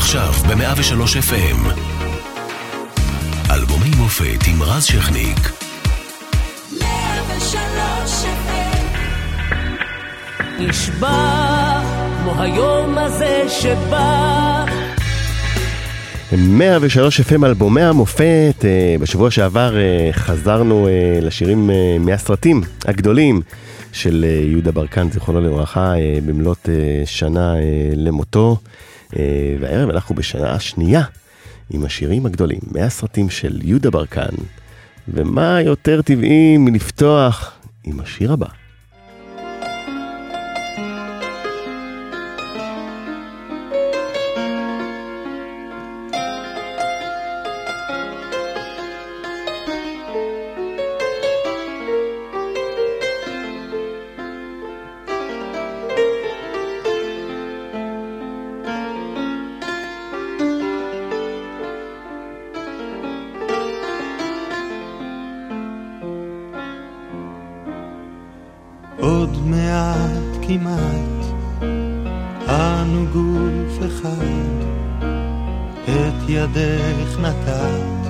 עכשיו ב-103 FM. אלבומי מופת עם רז שכניק. 103 FM. נשבע כמו היום הזה שבא. 103 FM אלבומי המופת. בשבוע שעבר חזרנו לשירים מהסרטים הגדולים של יהודה ברקן, זיכרונו לברכה, במלאת שנה למותו. והערב אנחנו בשנה השנייה עם השירים הגדולים מהסרטים של יהודה ברקן. ומה יותר טבעי מלפתוח עם השיר הבא. עוד מעט כמעט אנו גוף אחד, את ידך נתת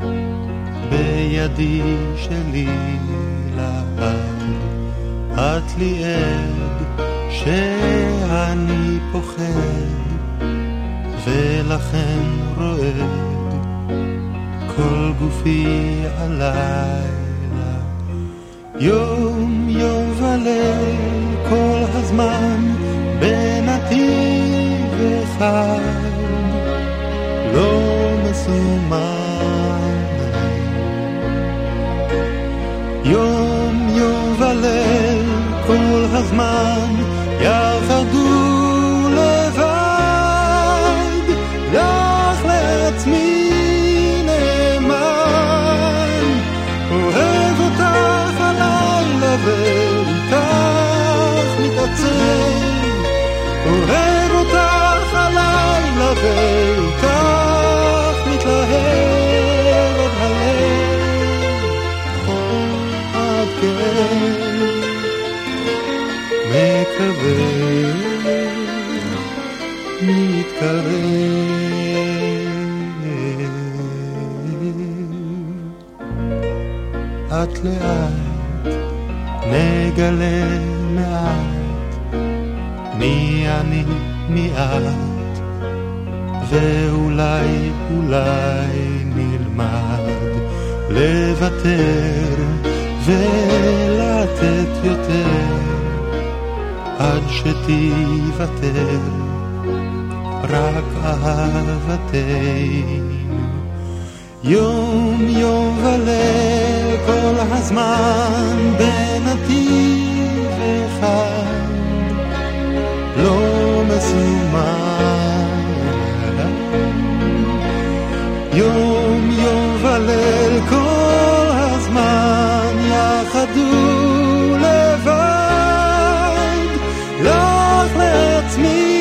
בידי שלי לעד. את לי עד שאני פוחד ולכן רועד כל גופי עליי. יום יום וליל כל הזמן בנתיב אחד לא מסומן. יום יום וליל כל הזמן יחדו לבד, לך לעצמי נאמן, אוהב אותך הלילה ואיתך מתעצם, אוהב אותך הלילה ואיתך מתלהב עד הלב, עד כן מקווה מתקרב. את לאט נגלה מעט מי אני מי את, ואולי אולי נלמד לוותר ולתת יותר עד שתיוותר רק אהבתנו. יום יום וליל כל הזמן בנתיב אחד לא מסומן. יום יום וליל כל הזמן יחדו לבד, לך לעצמי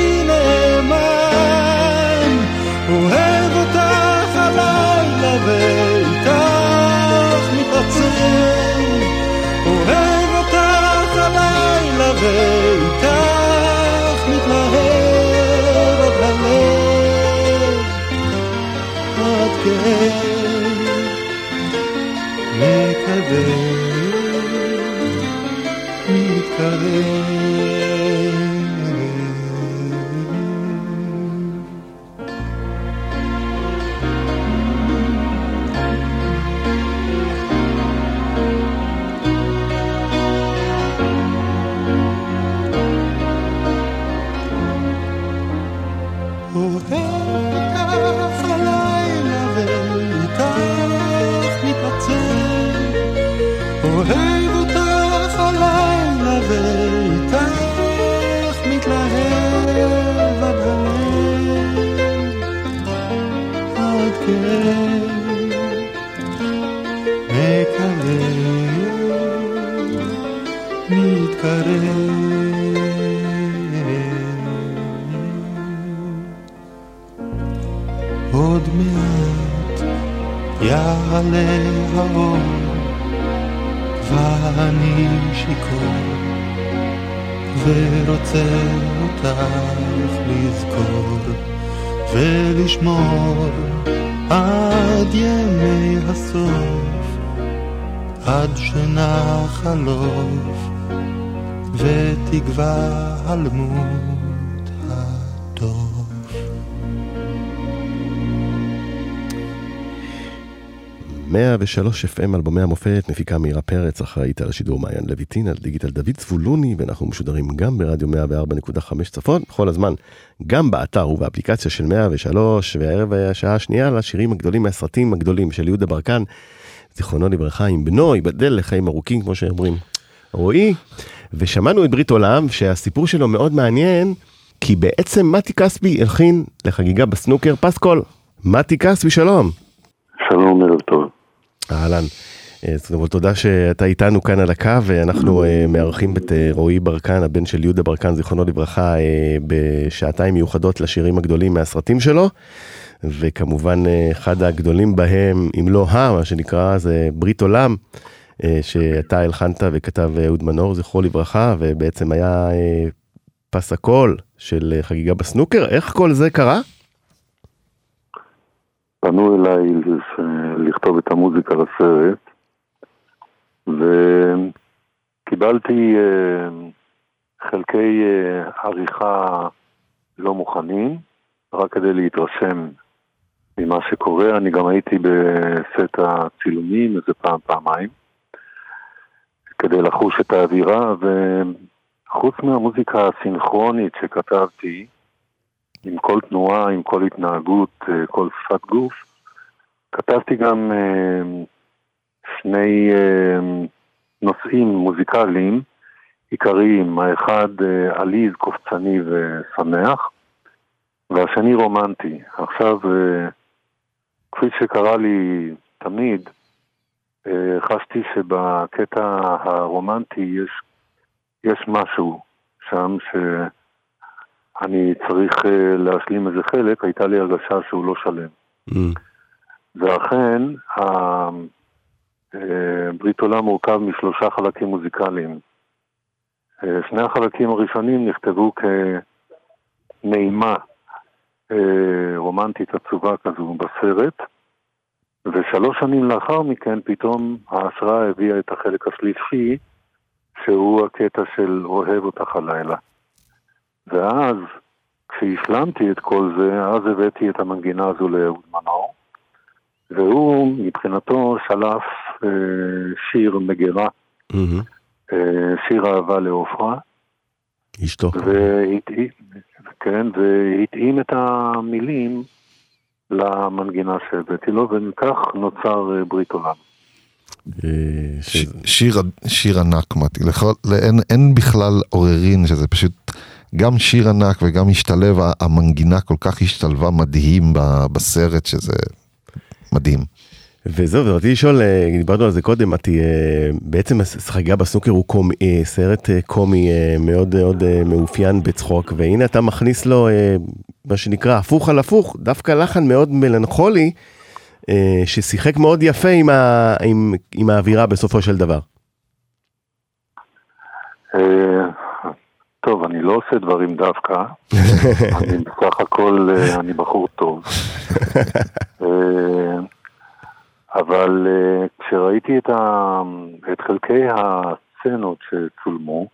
נאמן, אוהב אותך הלילה ואיתך מתעצם, אוהב אותך הלילה ואיתך מתלהב עד הלב, עד כן מקווה מתקרב. אוהב אותך הלילה ואיתך מתלהב עד הלב, עד כן מקווה מתקרב. עוד מעט יעלה האור ואני שיקור ורוצה אותך לזכור, ולשמור עד ימי הסוף, עד שנחלוף ותקווה הלמות הטוב. מאה ושלוש FM אלבומי המופת, מפיקה מאירה פרץ, אחראית על השידור מעיין לויטין, על דיגיטל דוד צבולוני, ואנחנו משודרים גם ברדיו 104.5 צפון, בכל הזמן, גם באתר ובאפליקציה של 103, והערב השעה השנייה לשירים הגדולים מהסרטים הגדולים של יהודה ברקן, זיכרונו לברכה, עם בנו, ייבדל לחיים ארוכים, כמו שאומרים, רועי, ושמענו את ברית עולם, שהסיפור שלו מאוד מעניין, כי בעצם מתי כספי הלחין לחגיגה בסנוקר פסקול. מתי כספי, שלום. שלום, ערב טוב. אהלן. אז תודה שאתה איתנו כאן על הקו, ואנחנו מארחים את רועי ברקן, הבן של יהודה ברקן, זיכרונו לברכה, בשעתיים מיוחדות לשירים הגדולים מהסרטים שלו, וכמובן אחד הגדולים בהם, אם לא מה שנקרא, זה ברית עולם, שאתה הלחנת וכתב אהוד מנור, זכרו לברכה, ובעצם היה פס הקול של חגיגה בסנוקר. איך כל זה קרה? פנו אליי לכתוב את המוזיקה לסרט, וקיבלתי חלקי עריכה לא מוכנים, רק כדי להתרשם ממה שקורה. אני גם הייתי בסט הצילומים איזה פעמיים, כדי לחוש את האווירה, וחוץ מהמוזיקה הסינכרונית שכתבתי, עם כל תנועה, עם כל התנהגות, כל שפת גוף, כתבתי גם שני נושאים מוזיקליים עיקריים. האחד עליז, קופצני ושמח, והשני רומנטי. עכשיו, כפי שקרה לי תמיד, חשתי שבקטע הרומנטי יש משהו שם אני צריך להשלים איזה חלק, הייתה לי הרגשה שהוא לא שלם. ואכן, ברית עולם מורכב משלושה חלקים מוזיקליים. שני החלקים הראשונים נכתבו כנעימה רומנטית עצובה כזו בסרט, ושלוש שנים לאחר מכן פתאום ההשראה הביאה את החלק השלישי, שהוא הקטע של אוהב אותך הלילה. ואז, כשהשלמתי את כל זה, אז הבאתי את המנגינה הזו לאהוד מנור, והוא, מבחינתו, שלף שיר מגירה, שיר אהבה לעופרה, אשתו. והתאים את המילים למנגינה שהבאתי לו, ומכך נוצר ברית עולם. שיר ענק, מתי, אין בכלל עוררין שזה פשוט גם שיר ענק וגם השתלב, המנגינה כל כך השתלבה מדהים בסרט, שזה מדהים. וזהו, ורציתי לשאול, דיברנו על זה קודם, מתי, בעצם חגיגה בסנוקר הוא סרט קומי מאוד מאוד מאופיין בצחוק, והנה אתה מכניס לו מה שנקרא הפוך על הפוך, דווקא לחן מאוד מלנכולי, ששיחק מאוד יפה עם האווירה בסופו של דבר. טוב, אני לא עושה דברים דווקא, אני בסך הכל, אני בחור טוב. אבל כשראיתי את חלקי הסצנות שצולמו,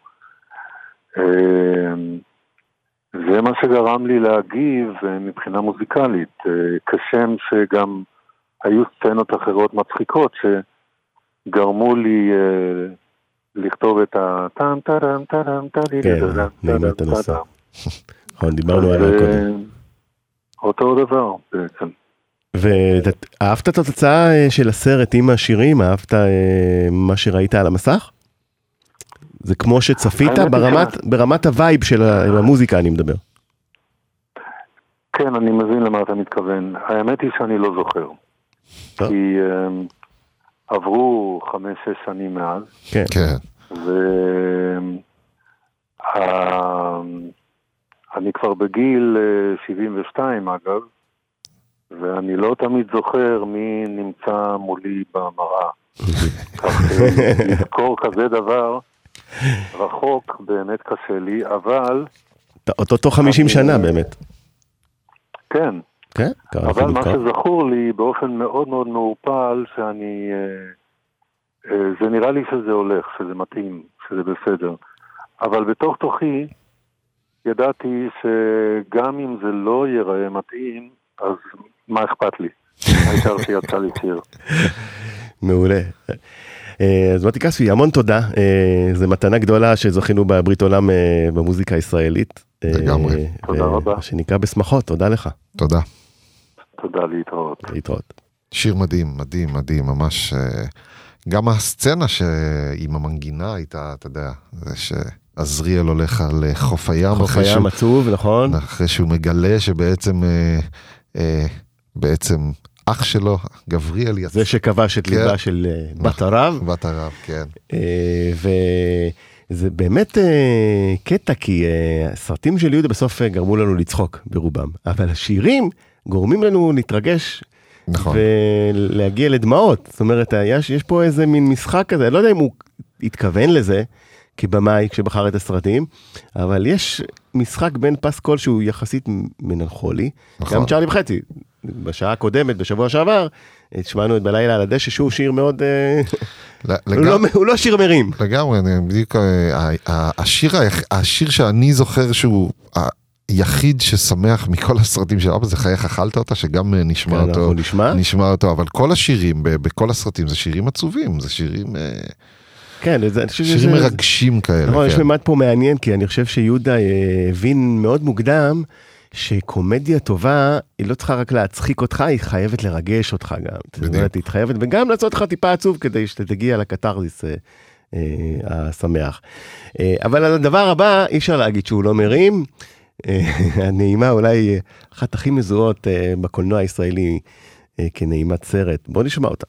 זה מה שגרם לי להגיב מבחינה מוזיקלית, כשם שגם היו סצנות אחרות מצחיקות שגרמו לי לכתוב את הטם טרם טרם טרם כן, נעימת הנושא. נכון, דיברנו עליו קודם. אותו דבר בעצם. ואהבת את התוצאה של הסרט עם השירים? אהבת מה שראית על המסך? זה כמו שצפית ברמת הווייב של המוזיקה, אני מדבר. כן, אני מבין למה אתה מתכוון. האמת היא שאני לא זוכר. כי עברו 5-6 שנים מאז. כן. אני כבר בגיל 72 אגב, ואני לא תמיד זוכר מי נמצא מולי במראה. כך לזכור כזה דבר רחוק באמת קשה לי, אבל... אותו 50 שנה באמת. כן. כן? אבל מה שזכור לי באופן מאוד מאוד מעופל, שאני, זה נראה לי שזה הולך, שזה מתאים, שזה בסדר. אבל בתוך תוכי ידעתי שגם אם זה לא ייראה מתאים, אז מה אכפת לי? העיקר שיצא לי שיר. מעולה. אז מתי כספי, המון תודה. זו מתנה גדולה שזכינו בברית עולם במוזיקה הישראלית. לגמרי. תודה רבה. שנקרא בשמחות, תודה לך. תודה. תודה, להתראות. להתראות. שיר מדהים, מדהים, מדהים, ממש. גם הסצנה שעם המנגינה הייתה, אתה יודע, זה שעזריאל הולך על חוף הים. חוף הים עצוב, נכון? אחרי שהוא מגלה שבעצם בעצם אח שלו, גבריאל יצא. זה שכבש את ליבה של בת הרב. בת הרב, כן. וזה באמת קטע, כי הסרטים של יהודה בסוף גרמו לנו לצחוק ברובם, אבל השירים גורמים לנו להתרגש, נכון. ולהגיע לדמעות. זאת אומרת, יש פה איזה מין משחק כזה, אני לא יודע אם הוא התכוון לזה, כבמאי כשבחר את הסרטים, אבל יש משחק בין פסקול שהוא יחסית מננחולי, נכון. גם צ'רלי וחצי, בשעה הקודמת, בשבוע שעבר, שמענו את בלילה על הדשא, שהוא שיר מאוד, הוא לא שיר מרים. לגמרי, בדיוק, השיר שאני זוכר שהוא היחיד ששמח מכל הסרטים של אבא, זה חייך אכלת אותה, שגם נשמע אותו, אבל כל השירים, בכל הסרטים, זה שירים עצובים, זה שירים... כן, שירים מרגשים כאלה. נכון, יש ממד פה מעניין, כי אני חושב שיהודה הבין מאוד מוקדם, שקומדיה טובה, היא לא צריכה רק להצחיק אותך, היא חייבת לרגש אותך גם. זאת אומרת, היא חייבת, וגם לעשות לך טיפה עצוב, כדי שתגיע לקטרזיס השמח. אבל על הדבר הבא, אי אפשר להגיד שהוא לא מרים, הנעימה אולי אחת הכי מזוהות בקולנוע הישראלי, כנעימת סרט. בואו נשמע אותה.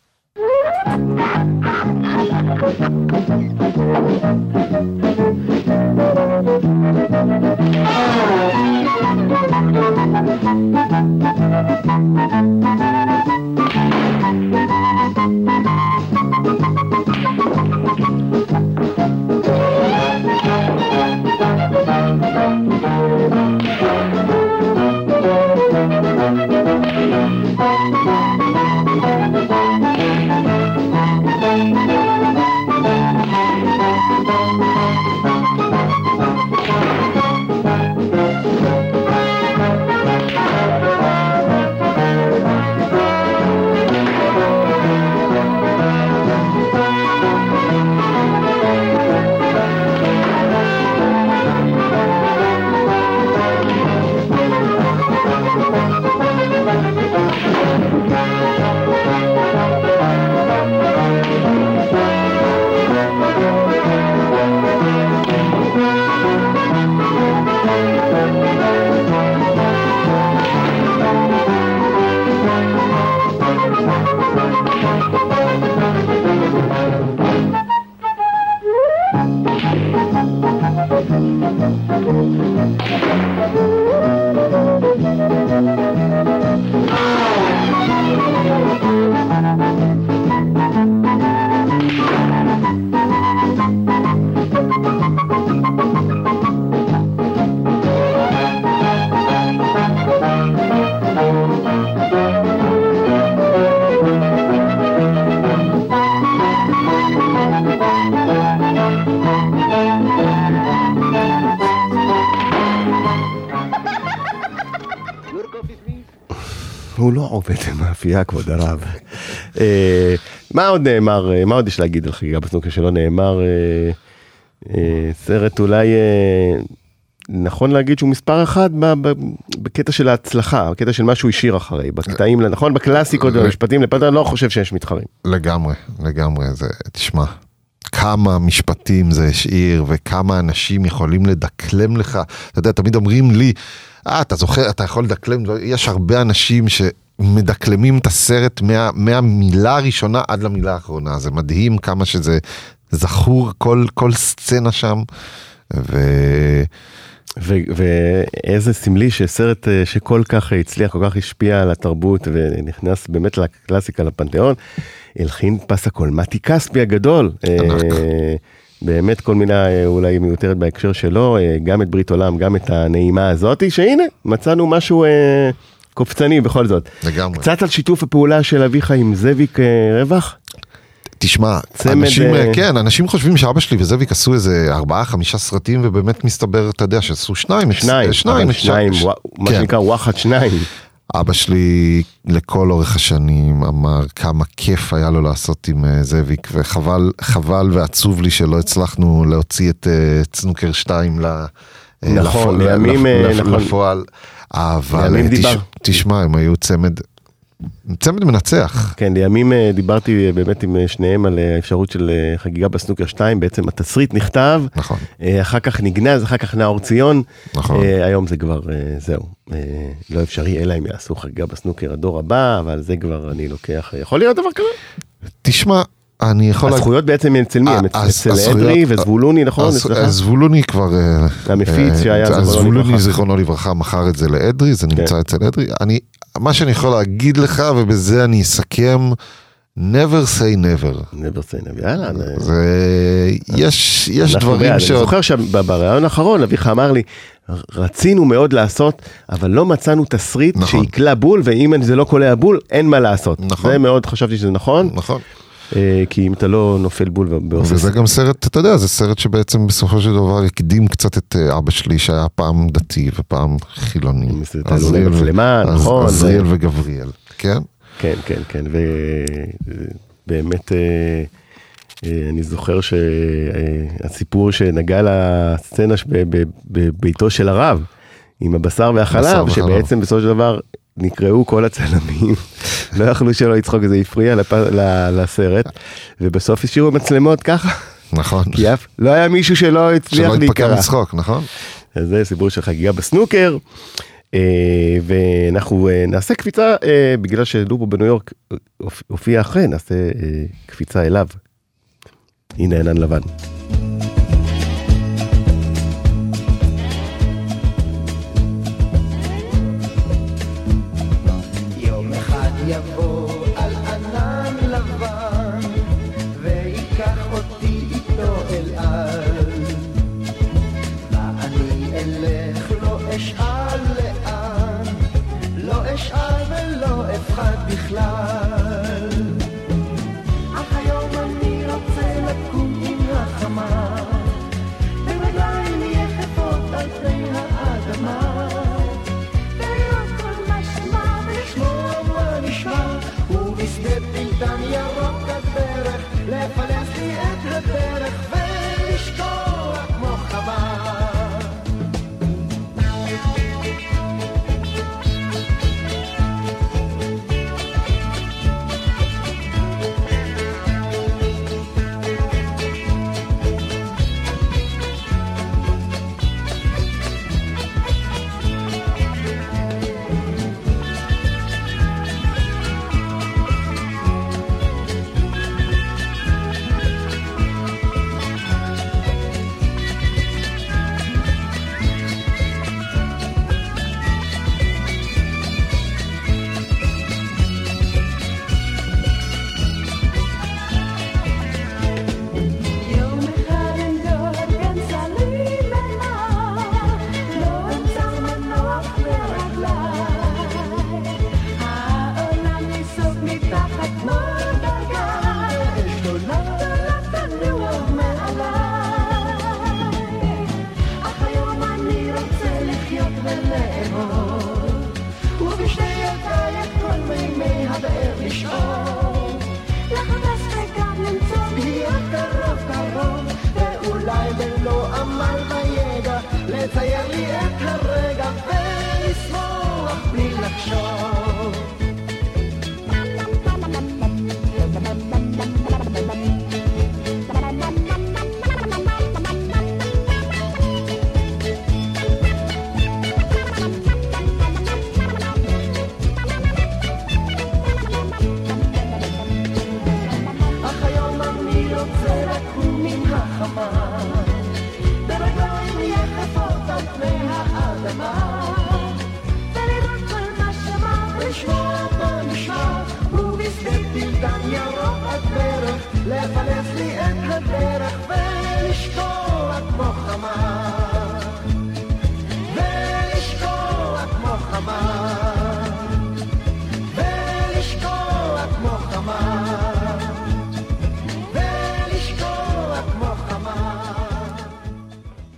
הוא לא עובד למאפייה, כבוד הרב. מה עוד נאמר, מה עוד יש להגיד על חגיגה בסנוקר שלא נאמר? סרט אולי נכון להגיד שהוא מספר אחד בקטע של ההצלחה, בקטע של מה שהוא השאיר אחרי, בקטעים, נכון, בקלאסיקות ובמשפטים, לפעמים אני לא חושב שיש מתחרים. לגמרי, לגמרי, זה, תשמע, כמה משפטים זה השאיר, וכמה אנשים יכולים לדקלם לך, אתה יודע, תמיד אומרים לי, אתה זוכר, אתה יכול לדקלם, יש הרבה אנשים שמדקלמים את הסרט מהמילה הראשונה עד למילה האחרונה, זה מדהים כמה שזה זכור, כל סצנה שם, ואיזה סמלי שסרט שכל כך הצליח, כל כך השפיע על התרבות, ונכנס באמת לקלאסיקה, לפנתיאון, הלחין פס הקול, מתי כספי הגדול, באמת כל מילה אולי מיותרת בהקשר שלו, גם את ברית עולם, גם את הנעימה הזאת, שהנה, מצאנו משהו קופצני בכל זאת. לגמרי. קצת על שיתוף הפעולה של אביך עם זאביק רווח? תשמע, אנשים חושבים שאבא שלי וזאביק עשו איזה 4-5 סרטים, ובאמת מסתבר, אתה יודע, שעשו שניים, מה שנקרא וואחד שניים. אבא שלי לכל אורך השנים אמר כמה כיף היה לו לעשות עם זאביק, וחבל ועצוב לי שלא הצלחנו להוציא את סנוקר 2 לפועל, אבל תשמע, הם היו צמד מנצח. כן, לימים דיברתי באמת עם שניהם על האפשרות של חגיגה בסנוקר 2, בעצם התסריט נכתב, נכון. אחר כך נגנז, אחר כך נאור ציון, נכון. היום זה כבר, זהו, לא אפשרי, אלא אם יעשו חגיגה בסנוקר הדור הבא, אבל זה כבר אני לוקח, יכול להיות דבר כזה? תשמע, אני יכול... הזכויות בעצם אצל מי? אצל אדרי וזבולוני, נכון? זבולוני כבר... המפיץ שהיה זבולוני זיכרונו לברכה מכר את זה לאדרי, זה נמצא אצל אדרי. מה שאני יכול להגיד לך, ובזה אני אסכם, never say never. never say never, יאללה. יש דברים אני זוכר שבראיון האחרון, אביך אמר לי, רצינו מאוד לעשות, אבל לא מצאנו תסריט שיקלה בול, ואם זה לא קולה הבול, אין מה לעשות. זה מאוד חשבתי שזה נכון. נכון. כי אם אתה לא נופל בול וזה גם סרט, אתה יודע, זה סרט שבעצם בסופו של דבר הקדים קצת את אבא שלי, שהיה פעם דתי ופעם חילוני. עזריאל וגבריאל, כן? כן, כן, כן, ובאמת אני זוכר שהסיפור שנגע לסצנה בביתו של הרב, עם הבשר והחלב, שבעצם בסופו של דבר נקראו כל הצלמים, לא יכלו שלא לצחוק, זה הפריע לסרט, ובסוף השאירו מצלמות ככה. נכון. כי לא היה מישהו שלא הצליח להיקרא. שלא התפקע לצחוק, נכון? אז זה סיפור של חגיגה בסנוקר, ואנחנו נעשה קפיצה, בגלל שלובו בניו יורק הופיע אחרי, נעשה קפיצה אליו. הנה ענן לבן.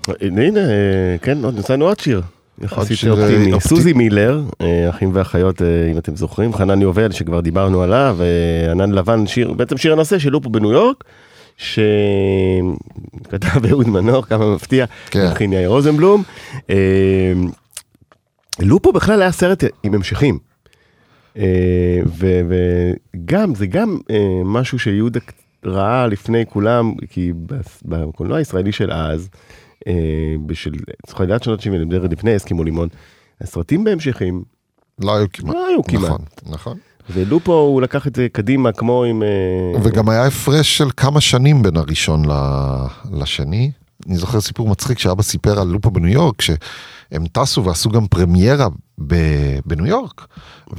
הנה, כן, נצאנו עוד שיר. יחסית אופטימי. סוזי מילר, אחים ואחיות, אם אתם זוכרים, חנן יובל שכבר דיברנו עליו, ענן לבן, בעצם שיר הנושא של לופו בניו יורק, שכתב אהוד מנור, כמה מפתיע, הכין יאיר רוזנבלום. לופו בכלל היה סרט עם המשכים. וגם, זה גם משהו שיהודה ראה לפני כולם, כי בקולנוע הישראלי של אז, בשל צחוידת שנות 70, מדברת לפני אסקימו לימון, הסרטים בהמשכים, לא היו כמעט. נכון. ולופו הוא לקח את זה קדימה כמו עם... וגם היה הפרש של כמה שנים בין הראשון לשני. אני זוכר סיפור מצחיק שאבא סיפר על לופו בניו יורק, שהם טסו ועשו גם פרמיירה בניו יורק,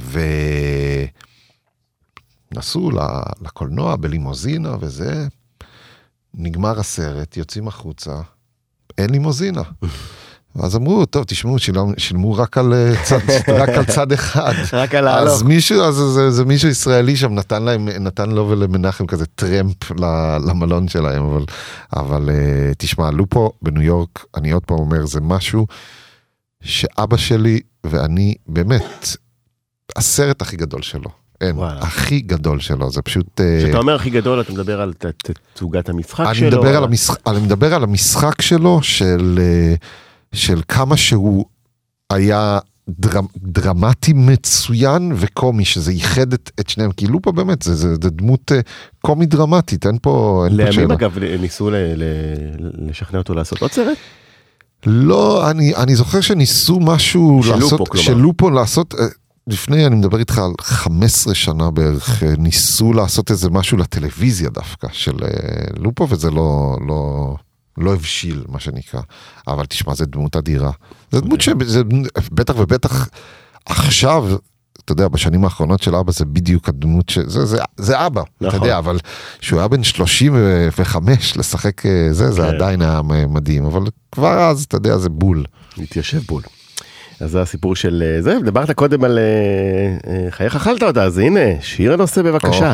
ונסעו לקולנוע בלימוזינה וזה, נגמר הסרט, יוצאים החוצה, אין לימוזינה. אז אמרו, טוב, תשמעו, שילמו רק על צד אחד. רק על העלו. אז מישהו ישראלי שם נתן לו ולמנחם כזה טרמפ למלון שלהם, אבל תשמע, לופו בניו יורק, אני עוד פעם אומר, זה משהו שאבא שלי ואני, באמת, הסרט הכי גדול שלו. אין, הכי גדול שלו, זה פשוט... כשאתה אומר הכי גדול, אתה מדבר על תצוגת המשחק שלו? אני מדבר על המשחק שלו, של כמה שהוא היה דרמטי מצוין וקומי, שזה ייחד את שניהם, כי לופו באמת, זה דמות קומי דרמטית, אין פה שאלה. לימים אגב ניסו לשכנע אותו לעשות עוד סרט? לא, אני זוכר שניסו משהו של לופו לעשות, לפני אני מדבר איתך על 15 שנה בערך, ניסו לעשות איזה משהו לטלוויזיה דווקא, של לופו, וזה לא הבשיל, מה שנקרא. אבל תשמע, זה דמות אדירה. זה דמות שבטח ובטח עכשיו, אתה יודע, בשנים האחרונות של אבא, זה בדיוק הדמות זה אבא, אתה יודע, אבל שהוא היה בן 35 לשחק זה עדיין היה מדהים, אבל כבר אז, אתה יודע, זה בול. מתיישב בול. אז זה הסיפור של זה, דיברת קודם על חייך אכלת אותה, אז הנה, שיר הנושא בבקשה.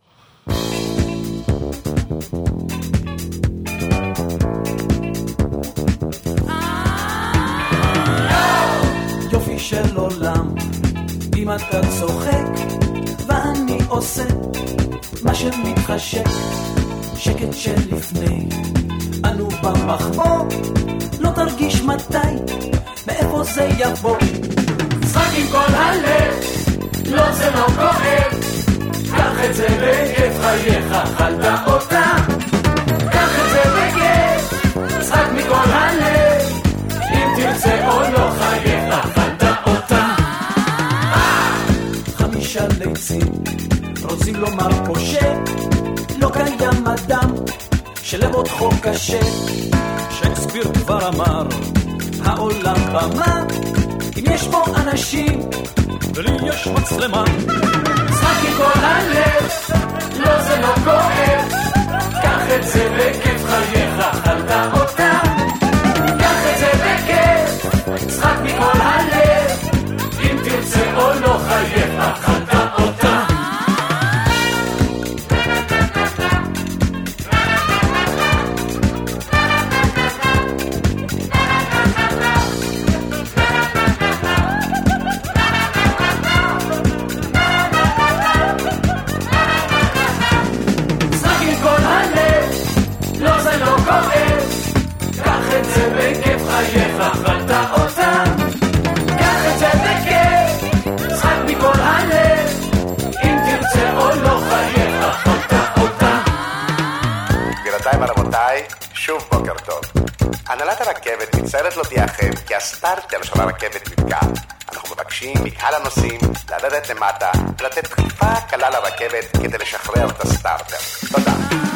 יופי של עולם, אם אתה צוחק ואני עושה מה שמתחשק, שקט שלפני אנו במחבור, לא תרגיש מתי מאיפה זה יבוא. צחק עם כל הלב, לא זה לא כואב, קח את זה בכיף, חייך אכלת אותה, קח את זה בכיף, צחק מכל הלב, אם תרצה או לא חייך אכלת אותה. 5 ליצים רוצים לומר פושע, לא קיים אדם שלב אותך קשה. שייקספיר כבר אמר, העולם במה, אם יש פה אנשים ולי יש מצלמה. צחק עם כל הלב, לא זה לא כואב, קח את זה בכיף, חייך אכלת אותה, קח את זה בכיף, צחק מכל הלב, אם תרצה או לא חייך אכלת אותה. שוב בוקר טוב. הנהלת הרכבת מצטערת להודיעכם כי הסטארטר של הרכבת נתקע. אנחנו מבקשים מקהל הנוסעים לרדת למטה ולתת דחיפה קלה לרכבת כדי לשחרר את הסטארטר. תודה.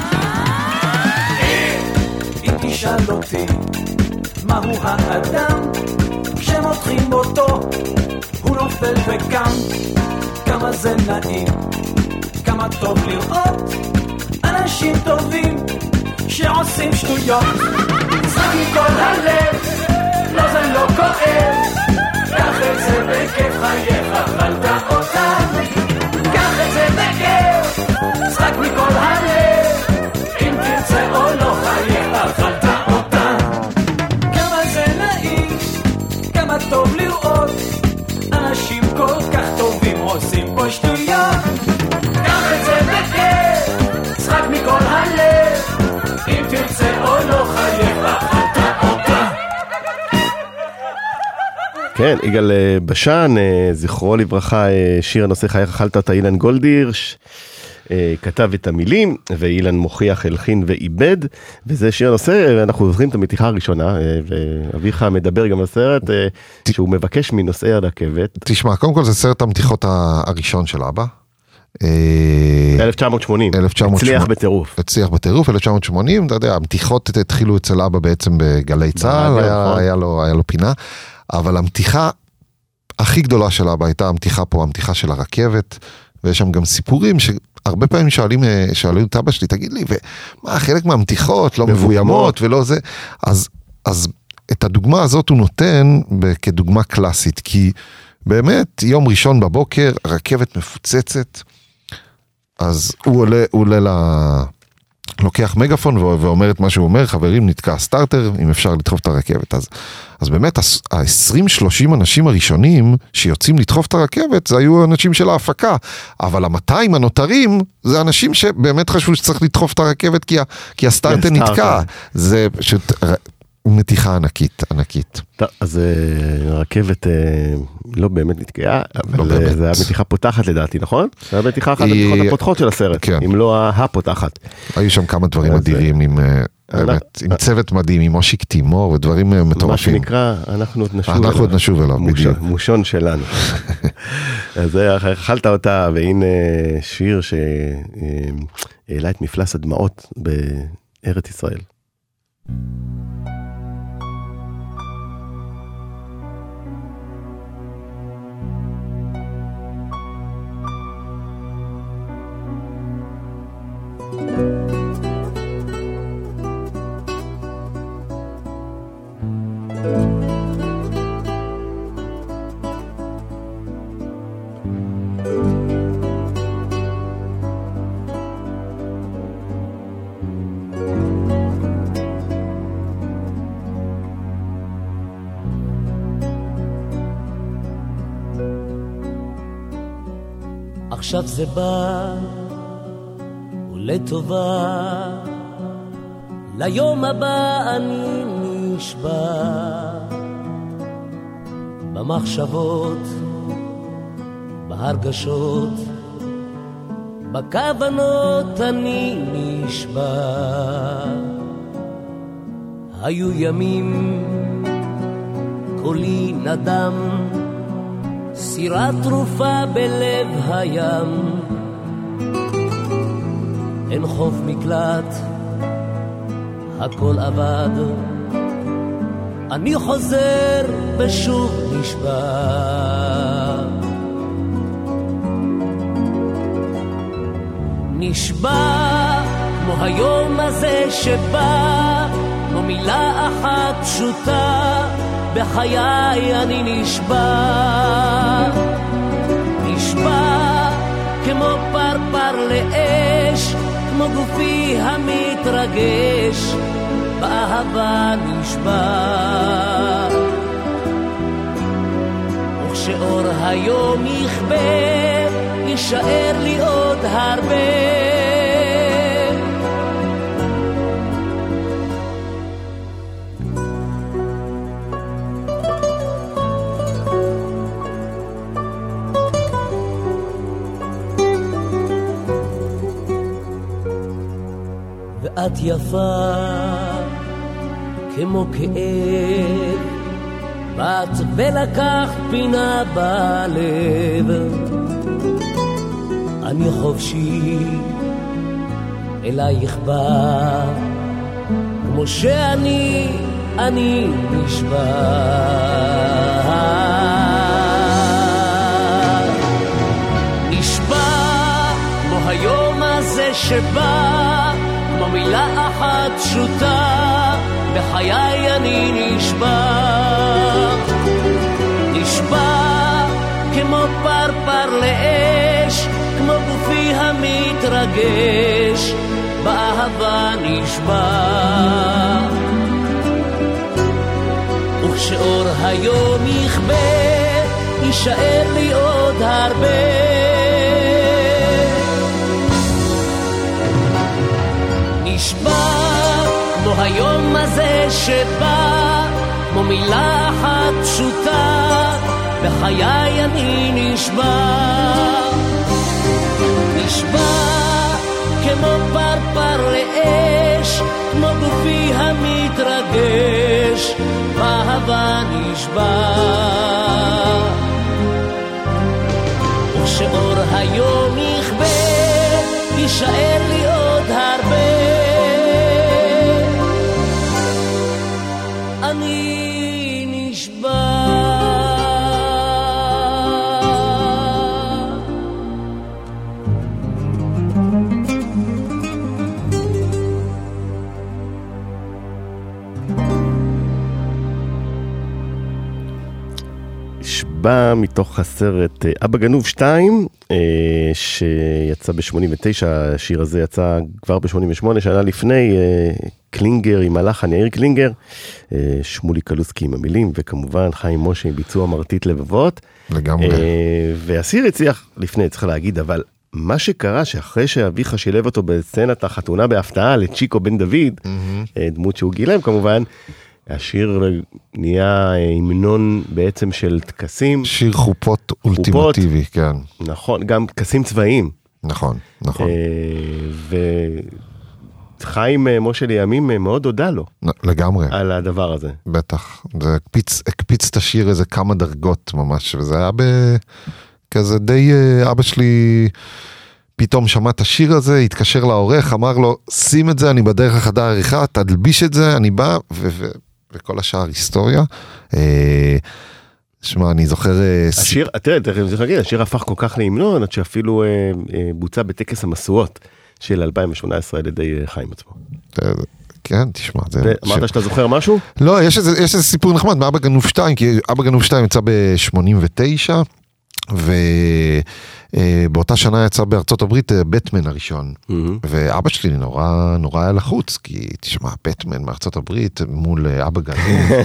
אם תשאל אותי מהו האדם כשמותחים אותו הוא נופל וקם, כמה זה נעים, כמה טוב לראות אנשים טובים שעושים שטויות. צחק מכל הלב, לא זה לא כואב, קח את זה בכיף, חייך אכלת אותה, קח את זה בכיף, צחק מכל הלב, אם תרצה או לא חייך אכלת אותה. כן, יגאל בשן, זכרו לברכה, שיר הנושא חייך אכלת אותה אילן גולדירש, כתב את המילים, ואילן מוכיח הלחין ועיבד, וזה שיר הנושא, ואנחנו עוברים את המתיחה הראשונה, ואביך מדבר גם בסרט, שהוא מבקש מנושאי הרכבת. תשמע, קודם כל זה סרט המתיחות הראשון של אבא. 1980, הצליח בטירוף. הצליח בטירוף, 1980, אתה יודע, המתיחות התחילו אצל אבא בעצם בגלי צהל, היה לו פינה, אבל המתיחה הכי גדולה של אבא הייתה המתיחה פה, המתיחה של הרכבת, ויש שם גם סיפורים שהרבה פעמים שואלים את אבא שלי, תגיד לי, ומה, חלק מהמתיחות לא מבוימות ולא זה, אז את הדוגמה הזאת הוא נותן כדוגמה קלאסית, כי באמת יום ראשון בבוקר, רכבת מפוצצת, אז הוא עולה לוקח מגפון ואומר את מה שהוא אומר, חברים, נתקע סטארטר, אם אפשר לדחוף את הרכבת. אז באמת, ה-20-30 אנשים הראשונים שיוצאים לדחוף את הרכבת, זה היו אנשים של ההפקה, אבל ה-200 הנותרים, זה אנשים שבאמת חשבו שצריך לדחוף את הרכבת, כי הסטארטר נתקע. זה פשוט מתיחה ענקית. אז הרכבת לא באמת נתקעה, אבל זה היה מתיחה פותחת לדעתי, נכון? זה היה מתיחה אחת המתיחות הפותחות של הסרט, אם לא הפותחת. היו שם כמה דברים אדירים עם צוות מדהים, עם מושיק תימור ודברים מטורפים. מה שנקרא, אנחנו עוד נשוב אליו. מושון שלנו. אז אכלת אותה, והנה שיר שהעלה את מפלס הדמעות בארץ ישראל. עכשיו זה בא ולטובה, ליום הבא אני נשבע, במחשבות, בהרגשות, בכוונות אני נשבע. היו ימים קולי נדם, סירה תרופה בלב הים, אין חוף מקלט, הכל עבד, אני חוזר ושוב נשבע. נשבע כמו היום הזה שבא, כמו מילה אחת פשוטה, בחיי אני נשבע כמו פרפר לאש, כמו גופי המתרגש, באהבה נשבע. וכשאור היום יכבה, יישאר לי עוד הרבה. ואת יפה כמו כאב, באת ולקחת פינה בלב, אני חופשי אלייך בא, כמו שאני נשבע. נשבע כמו היום הזה שבא, כמו מילה אחת פשוטה, בחיי אני נשבע כמו פרפר לאש, כמו גופי המתרגש, באהבה נשבע. וכשאור היום יכבה, יישאר לי עוד הרבה. נשבע כמו היום הזה שבא, כמו מילה אחת פשוטה, חיי אני נשבע כמו פרפר לאש, כמו גופי המתרגש, באהבה נשבע. וכשאור היום יכבה, יישאר לי עוד הרבה. אני נשבע. בא מתוך הסרט אבא גנוב 2, שיצא ב-89, השיר הזה יצא כבר ב-88, שנה לפני, קלינגר עם הלחן, יאיר קלינגר, שמולי קלוסקי עם המילים, וכמובן חיים משה עם ביצוע מרטיט לבבות. לגמרי. והסיר הצליח לפני, צריך להגיד, אבל מה שקרה שאחרי שאביך שילב אותו בסצנת החתונה בהפתעה לצ'יקו בן דוד, דמות שהוא גילם כמובן, השיר נהיה המנון בעצם של טקסים. שיר חופות אולטימטיבי, כן. נכון, גם טקסים צבאיים. נכון, נכון. וחיים משה לימים מאוד הודע לו. לגמרי. על הדבר הזה. בטח. זה הקפיץ את השיר איזה כמה דרגות ממש, וזה היה כזה די, אבא שלי פתאום שמע את השיר הזה, התקשר לעורך, אמר לו, שים את זה, אני בדרך לחדר העריכה, תלביש את זה, אני בא, וכל השאר היסטוריה. שמע, אני זוכר... השיר, השיר הפך כל כך להמנון, עד שאפילו בוצע בטקס המשואות של 2018 על ידי חיים עצמו. כן, תשמע. אמרת שאתה זוכר משהו? לא, יש איזה סיפור נחמד מאבא גנוב 2, כי אבא גנוב 2 יצא ב-89, ובאותה שנה יצא בארצות הברית בטמן הראשון, ואבא שלי נורא היה לחוץ, כי תשמע, בטמן מארצות הברית מול אבא גנוב,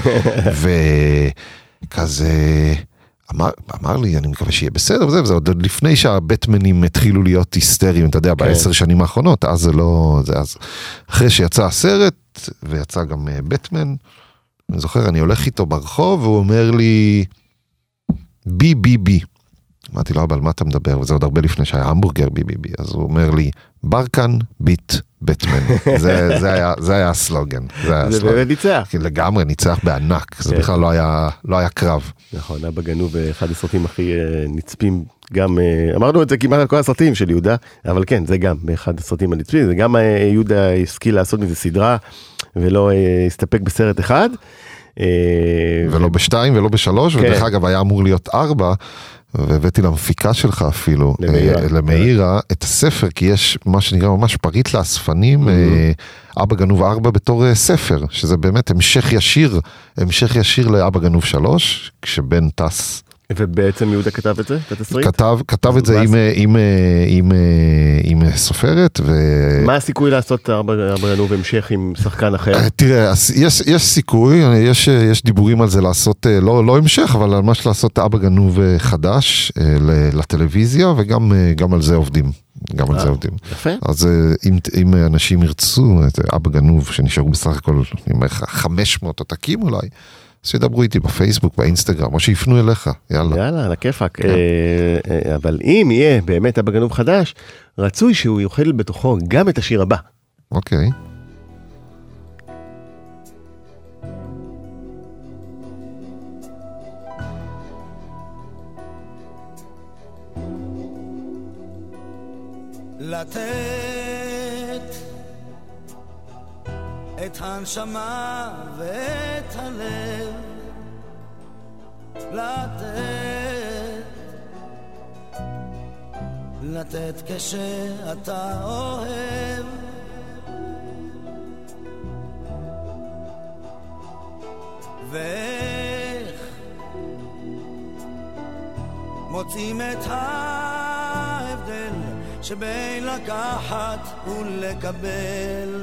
וכזה אמר לי, אני מקווה שיהיה בסדר, וזה עוד לפני שהבטמנים התחילו להיות היסטריים, אתה יודע, ב10 שנים האחרונות, אז זה לא, אז אחרי שיצא הסרט, ויצא גם בטמן, אני זוכר, אני הולך איתו ברחוב, והוא אומר לי, בי. אמרתי לו, אבל מה אתה מדבר? וזה עוד הרבה לפני שהיה המבורגר בי. אז הוא אומר לי, ברקן ביט בטמן. זה היה הסלוגן. זה באמת ניצח. לגמרי, ניצח בענק. זה בכלל לא היה קרב. נכון, אבא גנוב אחד הסרטים הכי נצפים, גם, אמרנו את זה כמעט על כל הסרטים של יהודה, אבל כן, זה גם באחד הסרטים הנצפים, זה גם יהודה השכיל לעשות מזה סדרה, ולא הסתפק בסרט אחד. ולא ב2 ולא ב3, ודרך אגב היה אמור להיות 4, והבאתי למפיקה שלך אפילו, למאירה, את הספר, כי יש מה שנקרא ממש פריט לאספנים, אבא גנוב 4 בתור ספר, שזה באמת המשך ישיר לאבא גנוב 3, כשבן טס. ובעצם יהודה כתב את זה? כתב את זה עם סופרת. מה הסיכוי לעשות אבא גנוב המשך עם שחקן אחר? תראה, יש סיכוי, יש דיבורים על זה לעשות, לא המשך, אבל על ממש לעשות אבא גנוב חדש לטלוויזיה, וגם על זה עובדים. גם על זה עובדים. יפה. אז אם אנשים ירצו את אבא גנוב, שנשארו בסך הכל 500 עותקים אולי, שידברו איתי בפייסבוק, באינסטגרם, או שיפנו אליך, יאללה, על הכיפק. אבל אם יהיה באמת אבא גנוב חדש, רצוי שהוא יוכל בתוכו גם את השיר הבא. אוקיי. לתת את הנשמה ואת הלב, לתת כשאתה אוהב, ואיך מוצאים את ההבדל שבין לקחת ולקבל,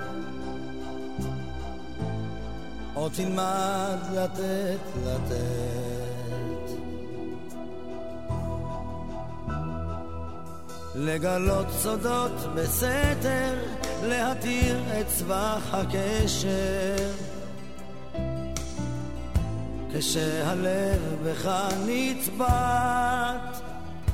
או תלמד לתת לגלות סודות בסתר, להתיר את צבח הקשר, כשהלב בך נצבט,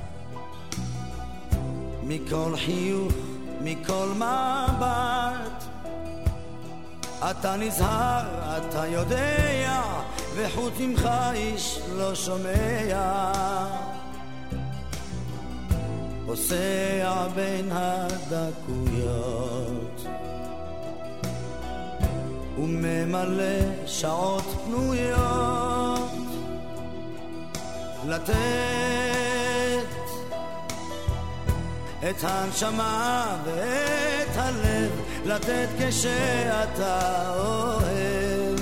מכל חיוך, מכל מבט, אתה נזהר, אתה יודע, וחוץ ממך איש לא שומע, פוסע בין הדקויות וממלא שעות פנויות, לתת את הנשמה ואת הלב, לתת כשאתה אוהב,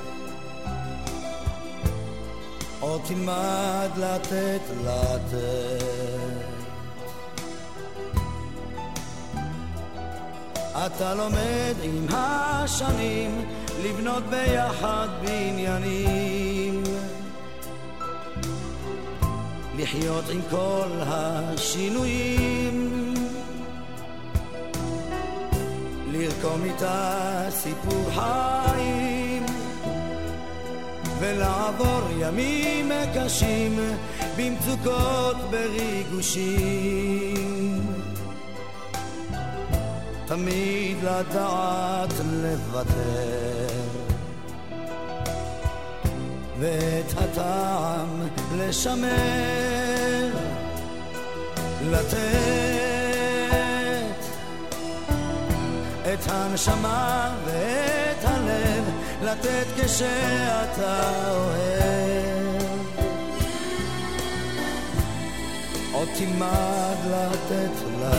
עוד תלמד לתת. אתה לומד עם השנים לבנות ביחד בניינים, לחיות עם כל השינויים, לרקום איתה סיפור חיים, ולעבור ימים קשים במצוקות בריגושים, תמיד לדעת לוותר ואת הטעם לשמר, לתת את הנשמה ואת הלב, לתת כשאתה אוהב, עוד תלמד לתת.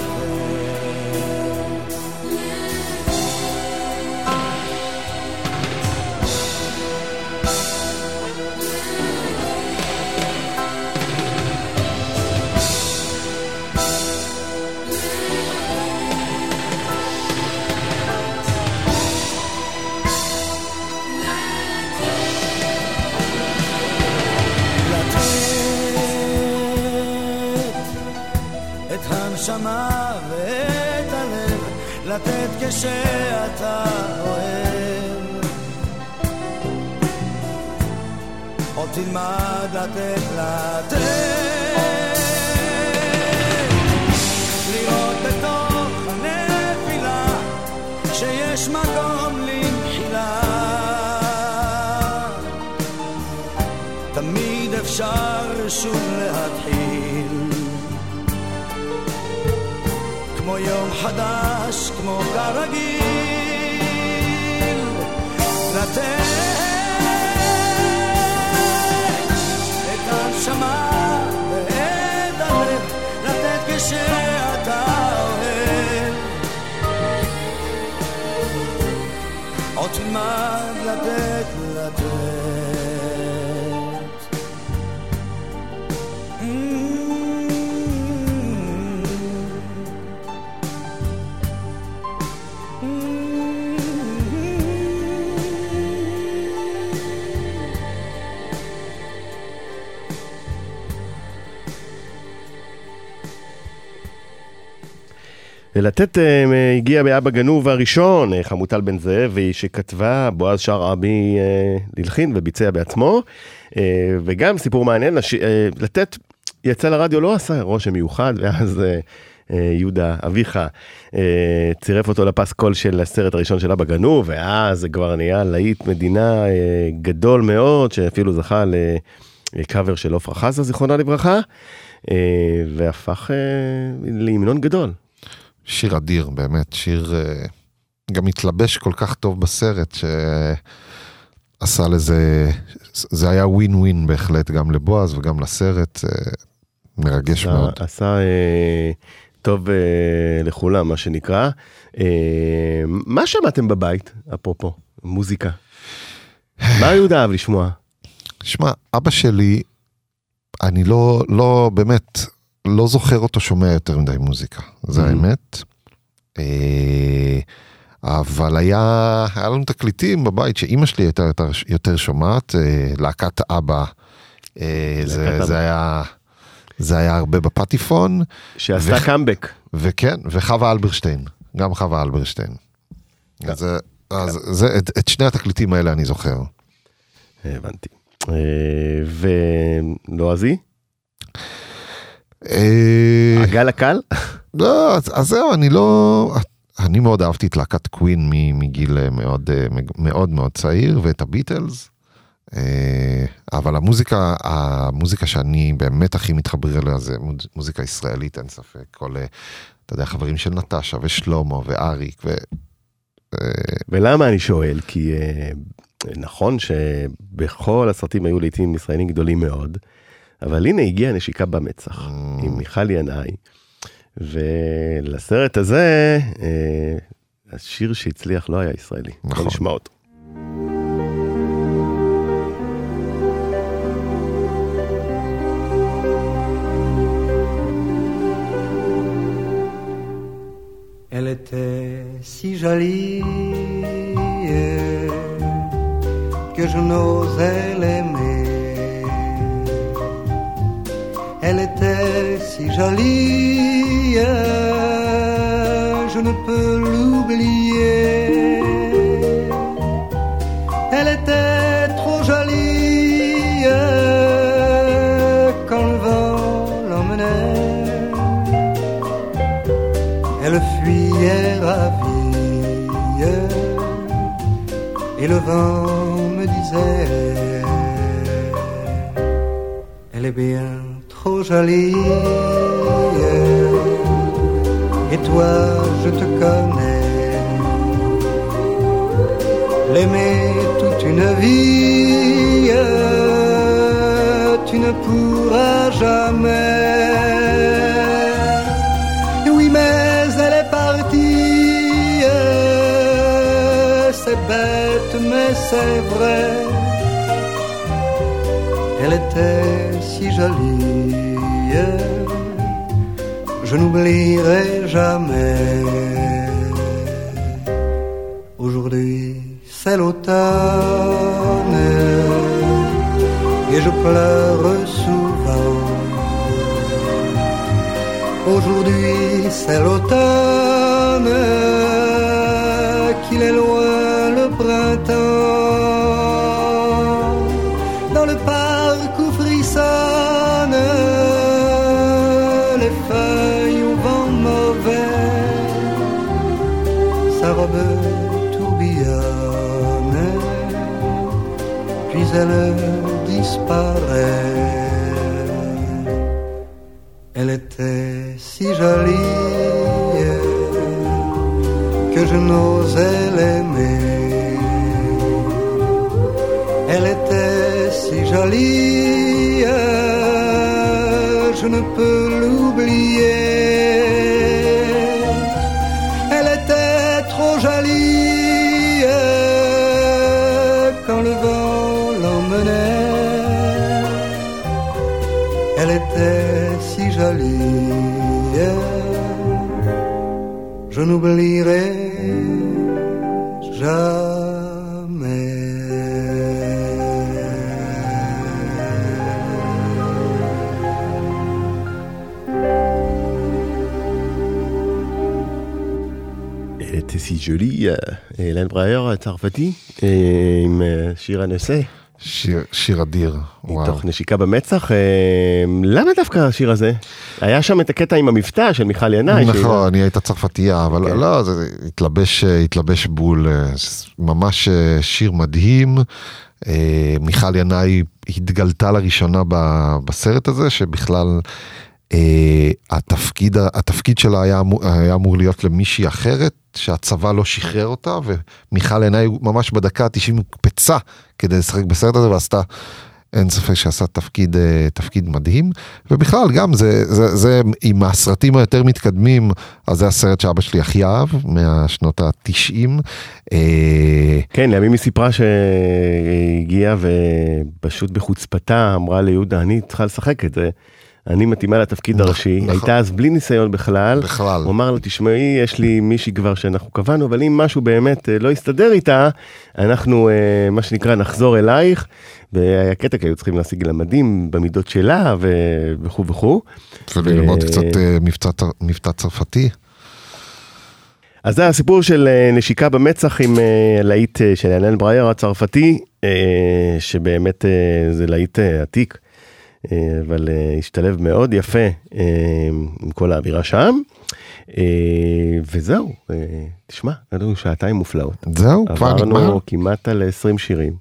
הנשמה ואת הלב, לתת כשאתה אוהב, עוד תלמד לתת. לראות בתוך הנפילה שיש מקום למחילה, תמיד אפשר שוב להתחיל, כמו יום חדש, כמו כרגיל, לתת את הנשמה ואת הלב, לתת כשאתה אוהב, עוד תלמד לתת. לתת הגיע באבא גנוב הראשון, חמוטל בן זאב, והיא שכתבה, בועז שרעבי ללחין וביצע בעצמו, וגם סיפור מעניין, לתת יצא לרדיו, לא עשה רושם מיוחד, ואז יהודה אביך צירף אותו לפס קול של הסרט הראשון של אבא גנוב, ואז זה כבר נהיה להיט מדינה גדול מאוד, שאפילו זכה לקאבר של עופרה חזה, זיכרונה לברכה, והפך להמנון גדול. שיר אדיר, באמת, שיר גם מתלבש כל כך טוב בסרט, שעשה לזה, זה היה ווין ווין בהחלט, גם לבועז וגם לסרט, מרגש מאוד. עשה טוב לכולם, מה שנקרא. מה שמעתם בבית, אפרופו, מוזיקה? מה יהודה אהב לשמוע? שמע, אבא שלי, אני לא באמת, לא זוכר אותו שומע יותר מדי מוזיקה, זה האמת. אבל היה לנו תקליטים בבית שאימא שלי הייתה יותר שומעת, להקת אבא, זה היה הרבה בפטיפון. שעשתה קאמבק. וכן, וחווה אלברשטיין, גם חווה אלברשטיין. אז את שני התקליטים האלה אני זוכר. הבנתי. ולועזי? הגל הקל? לא, אז זהו, אני מאוד אהבתי את להקת קווין מגיל מאוד מאוד צעיר, ואת הביטלס, אבל המוזיקה שאני באמת הכי מתחבר אליה זה מוזיקה ישראלית, אין ספק, כל, אתה יודע, חברים של נטשה ושלומו ואריק ולמה אני שואל? כי נכון שבכל הסרטים היו לעיתים ישראלים גדולים מאוד, אבל הנה הגיעה נשיקה במצח עם מיכל ינאי, ולסרט הזה השיר שהצליח לא היה ישראלי. נכון. נשמע אותו. Elle était si jolie que je n'osais l'aimer. Elle était si jolie, je ne peux l'oublier. Elle était trop jolie quand le vent l'emmenait. Elle fuyait ravie et le vent me disait elle est bien trop jolie et toi je te connais. L'aimer toute une vie tu ne pourras jamais. Oui mais elle est partie, c'est bête mais c'est vrai. Elle était si jolie, je n'oublierai jamais. Aujourd'hui c'est l'automne et je pleure souvent. Aujourd'hui c'est l'automne, qu'il est loin le printemps. Dans le parc où frissonnent les feuilles au vent mauvais, sa robe tourbillonne, puis elle disparaît. Elle était si jolie que je n'osais l'aimer. Elle était si jolie, je ne peux l'oublier. Elle était trop jolie quand le vent l'emmenait. Elle était si jolie, je n'oublierai jamais. Elle était si jolie, אלן ברייר הצרפתי, עם שיר הנושא. שיר אדיר, וואו. מתוך נשיקה במצח. למה דווקא השיר הזה? היה שם את הקטע עם המבטא של מיכל ינאי. נכון, אני הייתה צרפתייה, אבל לא, זה התלבש בול, ממש שיר מדהים. מיכל ינאי התגלתה לראשונה בסרט הזה, שבכלל התפקיד שלה היה אמור להיות למישהי אחרת, שהצבא לא שחרר אותה, ומיכל ינאי ממש בדקה 90 קפצה כדי לשחק בסרט הזה, ועשתה, אין ספק שעשה תפקיד מדהים, ובכלל גם זה עם הסרטים היותר מתקדמים, אז זה הסרט שאבא שלי הכי אהב, מהשנות ה-90. כן, לימים היא סיפרה שהגיעה ופשוט בחוצפתה אמרה ליהודה, אני צריכה לשחק את זה, אני מתאימה לתפקיד הראשי, הייתה אז בלי ניסיון בכלל, הוא אמר לה, תשמעי, יש לי מישהי כבר שאנחנו קבענו, אבל אם משהו באמת לא יסתדר איתה, אנחנו, מה שנקרא, נחזור אלייך, והיה קטע, כי היו צריכים להשיג למדים במידות שלה, וכו' וכו'. וללמוד קצת מבטא צרפתי. אז זה הסיפור של נשיקה במצח עם להיט של ינאל ברייר הצרפתי, שבאמת זה להיט עתיק, אבל השתלב מאוד יפה עם כל האווירה שם. וזהו, תשמע, נדענו שעתיים מופלאות. זהו, כבר נגמר. עברנו כמעט על 20 שירים.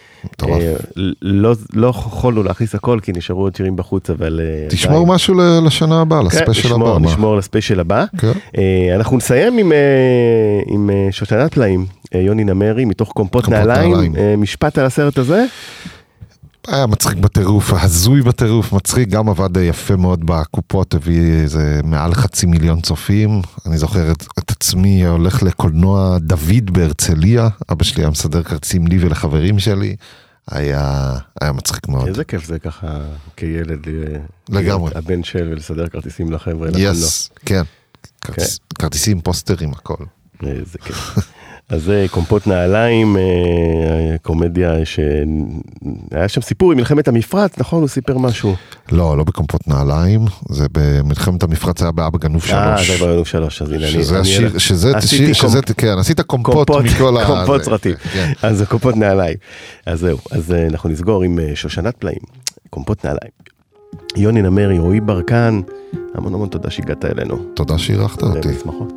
לא יכולנו להכניס הכל, כי נשארו עוד שירים בחוץ, אבל... תשמור משהו לשנה הבאה, לספיישל הבא. נשמור לספיישל הבא. אנחנו נסיים עם שושנת פלאים, יוני נמרי, מתוך קומפות נעליים. משפט על הסרט הזה? היה מצחיק בטירוף, הזוי בטירוף, מצחיק, גם עבד יפה מאוד בקופות, הביא איזה מעל 500,000 צופים. אני זוכר את עצמי הולך לקולנוע דוד בהרצליה, אבא שלי היה מסדר כרטיסים לי ולחברים שלי, היה מצחיק מאוד. איזה כיף זה ככה כילד, לגמרי. הבן של ולסדר כרטיסים לחבר'ה לקולנוע. כן, כרטיסים, פוסטרים, הכל. איזה כיף. אז זה קומפות נעליים, קומדיה שהיה שם סיפור עם מלחמת המפרץ, נכון? הוא סיפר משהו? לא בקומפות נעליים, זה במלחמת המפרץ היה באבא גנוב 3. זה בגנוב 3, אז הנה שזה, כן, עשית קומפות מכל ה... קומפות סרטים, אז זה קומפות נעליים. אז זהו, אז אנחנו נסגור עם שושנת פלאים, קומפות נעליים. יוני נמרי, רועי ברקן, המון תודה שהגעת אלינו. תודה שהירחת אותי. ושמחות.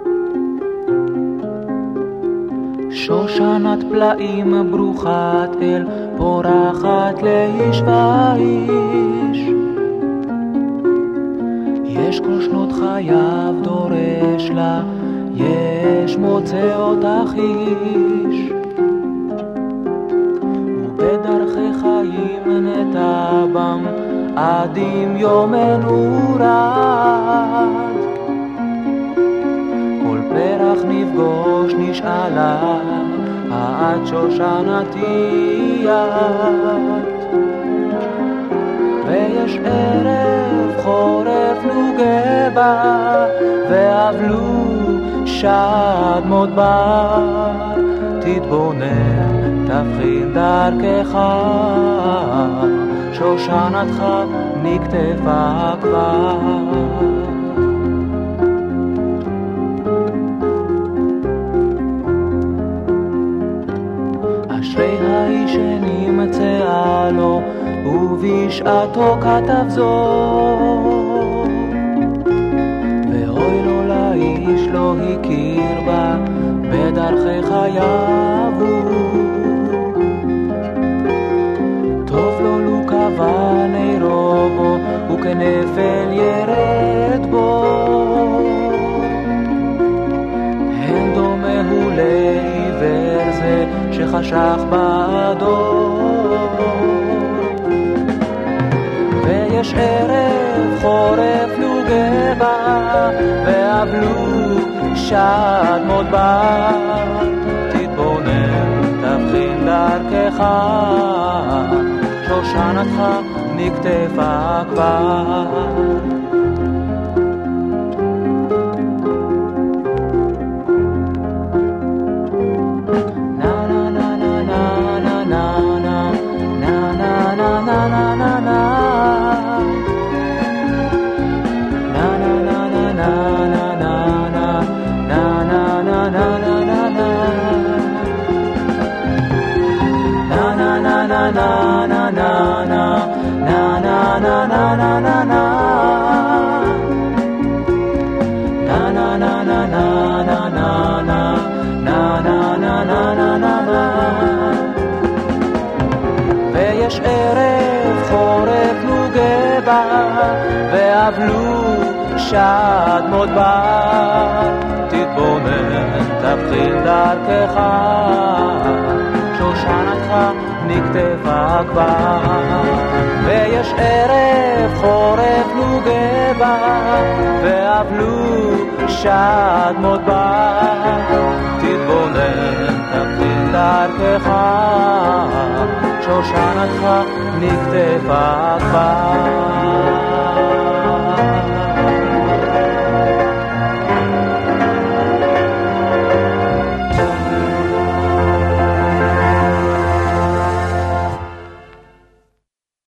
שושנת פלאים ברוכת אל פורחת לאיש ואיש, יש כל שנות חייו דורש לה, יש מוצא אותך איש, ובדרכי חיים נטע בם עדים יומנו רד, כל פרח נפגוש נשאלה עד שושנתי את, ויש ערב חורף נוגבה ואבלו שד מודבר, תתבונן תבחין דרכך, שושנתך נקטפה כבר. אשרי האיש שנמצאה לו ובשעתו כתב זאת, ואוי לו לאיש לא הכיר בה בדרכי חייו, טוב לו לו קבע נרו בו וכנפל ירד בו, הן דומה הוא לעיוור זה שחשך בעדו, ויש ערב חורף נוגבה ואבלו שד מודבר, תתבונן תבחין דרכך, שושנתך נקטפה כבר. ויש ערב חורף נוגבה ואבלו שד מודבר, תתבונן תבחין דרכך, שושנתך נקטפה כבר. ויש ערב חורף נוגבה ואבלו שד מודבר, תתבונן תבחין דרכך, שושנתך נקטפה כבר.